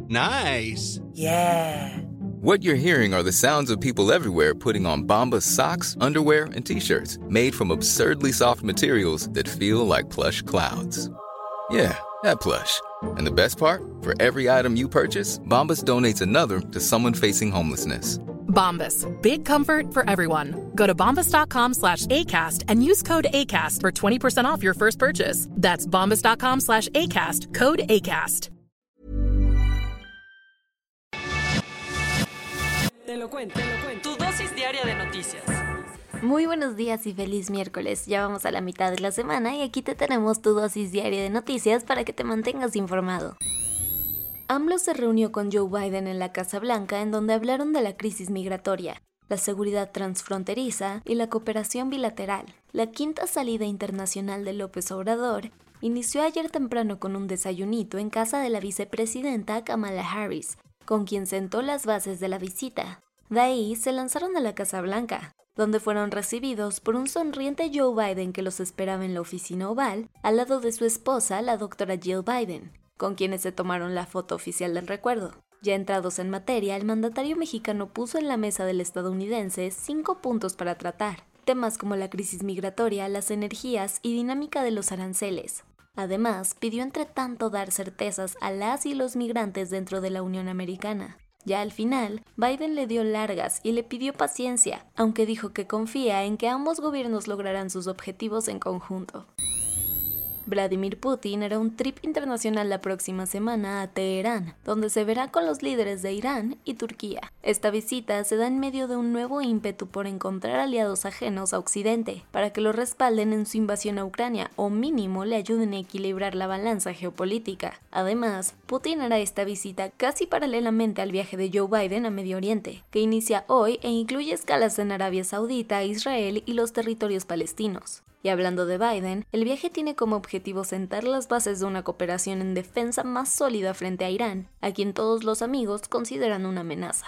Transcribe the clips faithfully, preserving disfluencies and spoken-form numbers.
Nice. Yeah. What you're hearing are the sounds of people everywhere putting on Bombas socks, underwear, and T-shirts made from absurdly soft materials that feel like plush clouds. Yeah, that plush. And the best part? For every item you purchase, Bombas donates another to someone facing homelessness. Bombas. Big comfort for everyone. Go to bombas.com slash ACAST and use code ACAST for twenty percent off your first purchase. That's bombas.com slash ACAST. Code ACAST. Te lo cuento, te lo cuento. Tu dosis diaria de noticias. Muy buenos días y feliz miércoles. Ya vamos a la mitad de la semana y aquí te tenemos tu dosis diaria de noticias para que te mantengas informado. AMLO se reunió con Joe Biden en la Casa Blanca, en donde hablaron de la crisis migratoria, la seguridad transfronteriza y la cooperación bilateral. La quinta salida internacional de López Obrador inició ayer temprano con un desayunito en casa de la vicepresidenta Kamala Harris, con quien sentó las bases de la visita. De ahí se lanzaron a la Casa Blanca, donde fueron recibidos por un sonriente Joe Biden que los esperaba en la oficina oval, al lado de su esposa, la doctora Jill Biden, con quienes se tomaron la foto oficial del recuerdo. Ya entrados en materia, el mandatario mexicano puso en la mesa del estadounidense cinco puntos para tratar, temas como la crisis migratoria, las energías y dinámica de los aranceles. Además, pidió entre tanto dar certezas a las y los migrantes dentro de la Unión Americana. Ya al final, Biden le dio largas y le pidió paciencia, aunque dijo que confía en que ambos gobiernos lograrán sus objetivos en conjunto. Vladimir Putin hará un trip internacional la próxima semana a Teherán, donde se verá con los líderes de Irán y Turquía. Esta visita se da en medio de un nuevo ímpetu por encontrar aliados ajenos a Occidente, para que lo respalden en su invasión a Ucrania o mínimo le ayuden a equilibrar la balanza geopolítica. Además, Putin hará esta visita casi paralelamente al viaje de Joe Biden a Medio Oriente, que inicia hoy e incluye escalas en Arabia Saudita, Israel y los territorios palestinos. Y hablando de Biden, el viaje tiene como objetivo sentar las bases de una cooperación en defensa más sólida frente a Irán, a quien todos los amigos consideran una amenaza.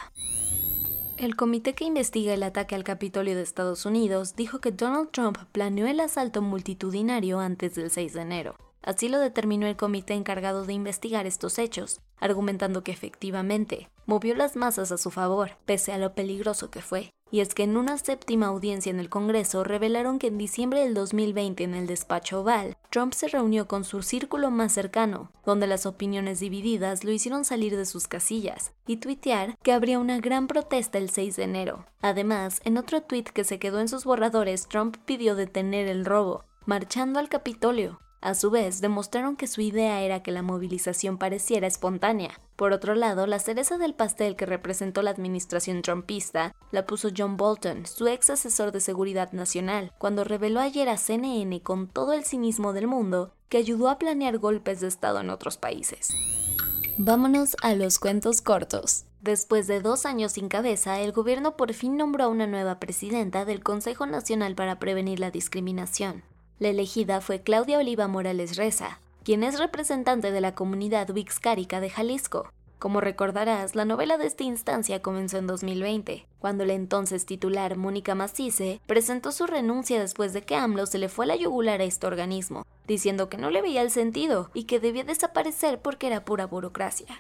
El comité que investiga el ataque al Capitolio de Estados Unidos dijo que Donald Trump planeó el asalto multitudinario antes del seis de enero. Así lo determinó el comité encargado de investigar estos hechos, argumentando que efectivamente movió las masas a su favor, pese a lo peligroso que fue. Y es que en una séptima audiencia en el Congreso revelaron que en diciembre del dos mil veinte en el despacho oval, Trump se reunió con su círculo más cercano, donde las opiniones divididas lo hicieron salir de sus casillas y tuitear que habría una gran protesta el seis de enero. Además, en otro tuit que se quedó en sus borradores, Trump pidió detener el robo, marchando al Capitolio. A su vez, demostraron que su idea era que la movilización pareciera espontánea. Por otro lado, la cereza del pastel que representó la administración trumpista la puso John Bolton, su ex asesor de seguridad nacional, cuando reveló ayer a C N N con todo el cinismo del mundo que ayudó a planear golpes de estado en otros países. Vámonos a los cuentos cortos. Después de dos años sin cabeza, el gobierno por fin nombró a una nueva presidenta del Consejo Nacional para Prevenir la Discriminación. La elegida fue Claudia Oliva Morales Reza, quien es representante de la comunidad Huixcárica de Jalisco. Como recordarás, la novela de esta instancia comenzó en dos mil veinte, cuando la entonces titular Mónica Macice presentó su renuncia después de que AMLO se le fue a la yugular a este organismo, diciendo que no le veía el sentido y que debía desaparecer porque era pura burocracia.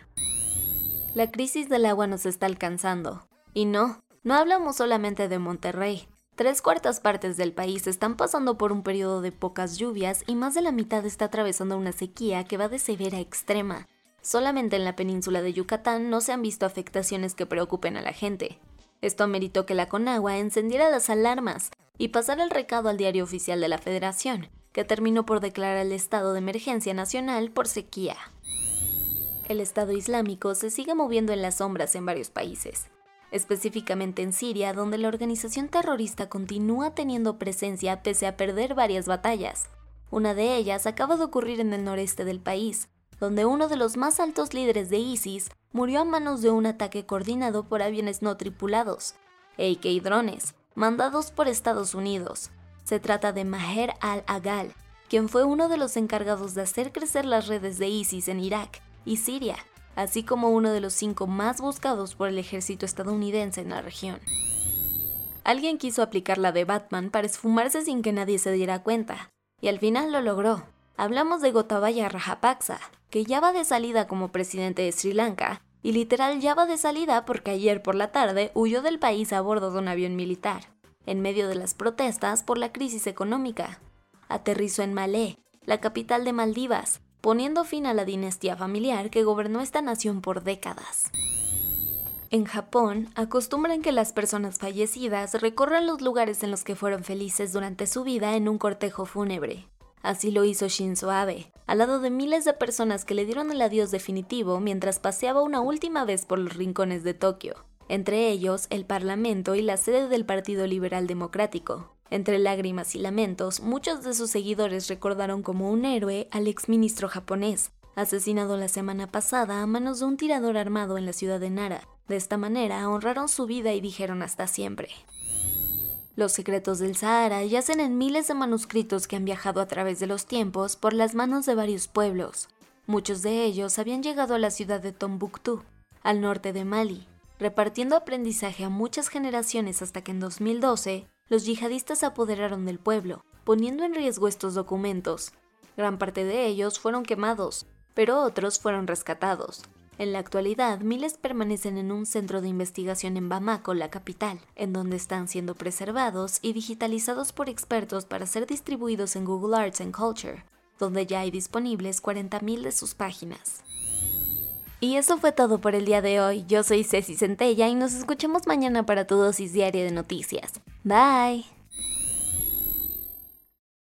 La crisis del agua nos está alcanzando. Y no, no hablamos solamente de Monterrey. Tres cuartas partes del país están pasando por un periodo de pocas lluvias y más de la mitad está atravesando una sequía que va de severa a extrema. Solamente en la península de Yucatán no se han visto afectaciones que preocupen a la gente. Esto ameritó que la Conagua encendiera las alarmas y pasara el recado al Diario Oficial de la Federación, que terminó por declarar el estado de emergencia nacional por sequía. El Estado Islámico se sigue moviendo en las sombras en varios países. Específicamente en Siria, donde la organización terrorista continúa teniendo presencia pese a perder varias batallas. Una de ellas acaba de ocurrir en el noreste del país, donde uno de los más altos líderes de ISIS murió a manos de un ataque coordinado por aviones no tripulados, A K drones, mandados por Estados Unidos. Se trata de Maher al-Agal, quien fue uno de los encargados de hacer crecer las redes de ISIS en Irak y Siria, así como uno de los cinco más buscados por el ejército estadounidense en la región. Alguien quiso aplicar la de Batman para esfumarse sin que nadie se diera cuenta, y al final lo logró. Hablamos de Gotabaya Rajapaksa, que ya va de salida como presidente de Sri Lanka y literal ya va de salida porque ayer por la tarde huyó del país a bordo de un avión militar, en medio de las protestas por la crisis económica. Aterrizó en Malé, la capital de Maldivas, poniendo fin a la dinastía familiar que gobernó esta nación por décadas. En Japón, acostumbran que las personas fallecidas recorran los lugares en los que fueron felices durante su vida en un cortejo fúnebre. Así lo hizo Shinzo Abe, al lado de miles de personas que le dieron el adiós definitivo mientras paseaba una última vez por los rincones de Tokio, entre ellos el Parlamento y la sede del Partido Liberal Democrático. Entre lágrimas y lamentos, muchos de sus seguidores recordaron como un héroe al exministro japonés, asesinado la semana pasada a manos de un tirador armado en la ciudad de Nara. De esta manera honraron su vida y dijeron hasta siempre. Los secretos del Sahara yacen en miles de manuscritos que han viajado a través de los tiempos por las manos de varios pueblos. Muchos de ellos habían llegado a la ciudad de Tombuctú, al norte de Mali, repartiendo aprendizaje a muchas generaciones hasta que en dos mil doce los yihadistas se apoderaron del pueblo, poniendo en riesgo estos documentos. Gran parte de ellos fueron quemados, pero otros fueron rescatados. En la actualidad, miles permanecen en un centro de investigación en Bamako, la capital, en donde están siendo preservados y digitalizados por expertos para ser distribuidos en Google Arts and Culture, donde ya hay disponibles cuarenta mil de sus páginas. Y eso fue todo por el día de hoy. Yo soy Ceci Centella y nos escuchamos mañana para tu dosis diaria de noticias. Bye.